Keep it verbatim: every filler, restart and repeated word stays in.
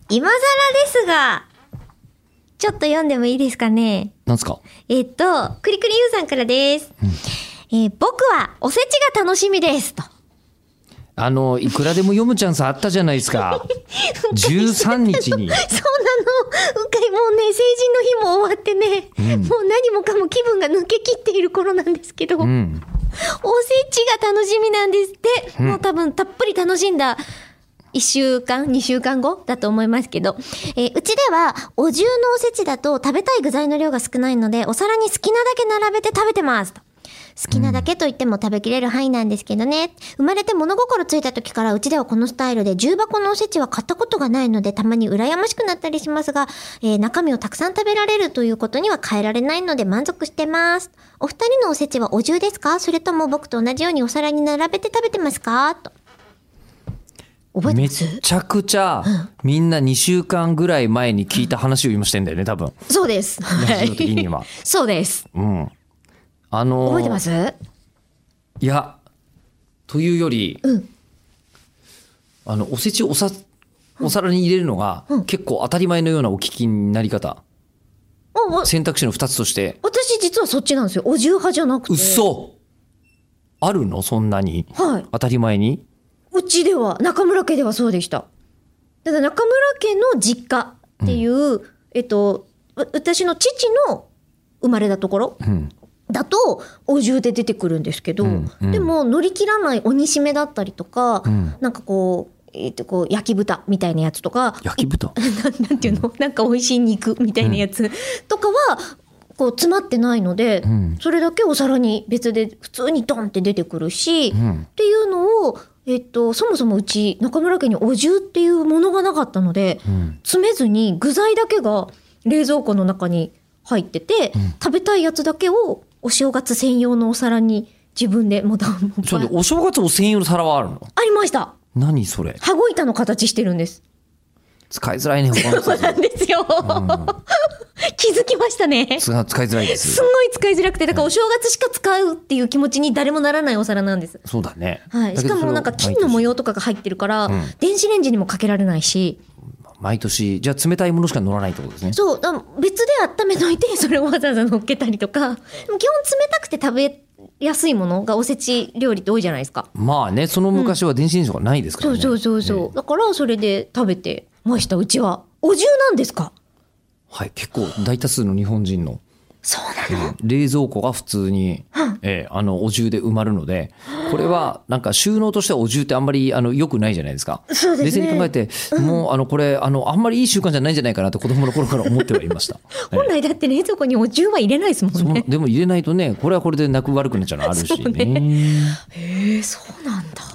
今更ですが、ちょっと読んでもいいですかね。 なんすか？ えっと、くりくりゆうさんからです。うん、えー、僕はおせちが楽しみですと。 あのいくらでも読むチャンスあったじゃないですか。じゅうさんにちに。そうなの。うかいもうね、成人の日も終わってね、うん、もう何もかも気分が抜けきっている頃なんですけど、うん、おせちが楽しみなんですって、うん、もう多分たっぷり楽しんだいっしゅうかんにしゅうかんごだと思いますけど、えー、うちではお重のおせちだと食べたい具材の量が少ないので、お皿に好きなだけ並べて食べてますと。好きなだけと言っても食べきれる範囲なんですけどね。生まれて物心ついた時からうちではこのスタイルで重箱のおせちは買ったことがないので、たまに羨ましくなったりしますが、えー、中身をたくさん食べられるということには変えられないので満足してます。お二人のおせちはお重ですか？それとも僕と同じようにお皿に並べて食べてますか？と。覚えてます？ めちゃくちゃ、うん、みんなにしゅうかんぐらい前に聞いた話を今してんだよね、多分。 そうです。 ラジオ的には。 そうです。 うん。あのー、 覚えてます？ いや、というより、うん、あのおせちをおさお皿に入れるのが、うん、結構当たり前のようなお聞きになり方、うん、選択肢のふたつとして。 私実はそっちなんですよ。お重派じゃなくて。 嘘。あるの？そんなに、はい、当たり前に。 うちでは、中村家ではそうでした。だから中村家の実家っていう、うん、えっと私の父の生まれたところ、うんだとお重で出てくるんですけど、うんうん、でも乗り切らない鬼しめだったりとか、うん、なんかこう、えー、とこう焼き豚みたいなやつとか、 焼き豚な, なんていうの、うん、なんか美味しい肉みたいなやつとかはこう詰まってないので、うん、それだけお皿に別で普通にドンって出てくるし、うん、っていうのを、えー、とそもそもうち中村家にお重っていうものがなかったので、うん、詰めずに具材だけが冷蔵庫の中に入ってて、うん、食べたいやつだけをお正月専用のお皿に自分でもうそれでお正月お専用の皿はあるの？ ありました。 何それ？ 羽子板の形してるんです。 使いづらいね。 そうなんですよ、うん、気づきましたね。 使いづらいです。 すごい使いづらくて、だからお正月しか使うっていう気持ちに誰もならないお皿なんです。 そうだね、 はい、しかもなんか金の模様とかが入ってるから、うん、電子レンジにもかけられないし、 毎年じゃあ冷たいものしか乗らないってことですね。 そう、別で温めといてそれをわざわざ乗っけたりとか。でも基本冷たくて食べやすいものがおせち料理って多いじゃないですか。 まあね、その昔は電子レンジとかないですからね、 うん、そうそうそうそう、ね、だからそれで食べてました。うちはお重なんですか？ はい、結構大多数の日本人のそうなの、 うん、冷蔵庫が普通に、うんえー、あのお重で埋まるので、これはなんか収納としてはお重ってあんまりあの良くないじゃないですか。 そうですね、 冷静に考えて、うん、もうあのこれあのあんまりいい習慣じゃないんじゃないかなと子供の頃から思ってはいました。 本来だって冷蔵庫にお重は入れないですもんね。 でも入れないとね、これはこれでなく悪くなっちゃうのあるしね。 ね、へえ、そうなんだ。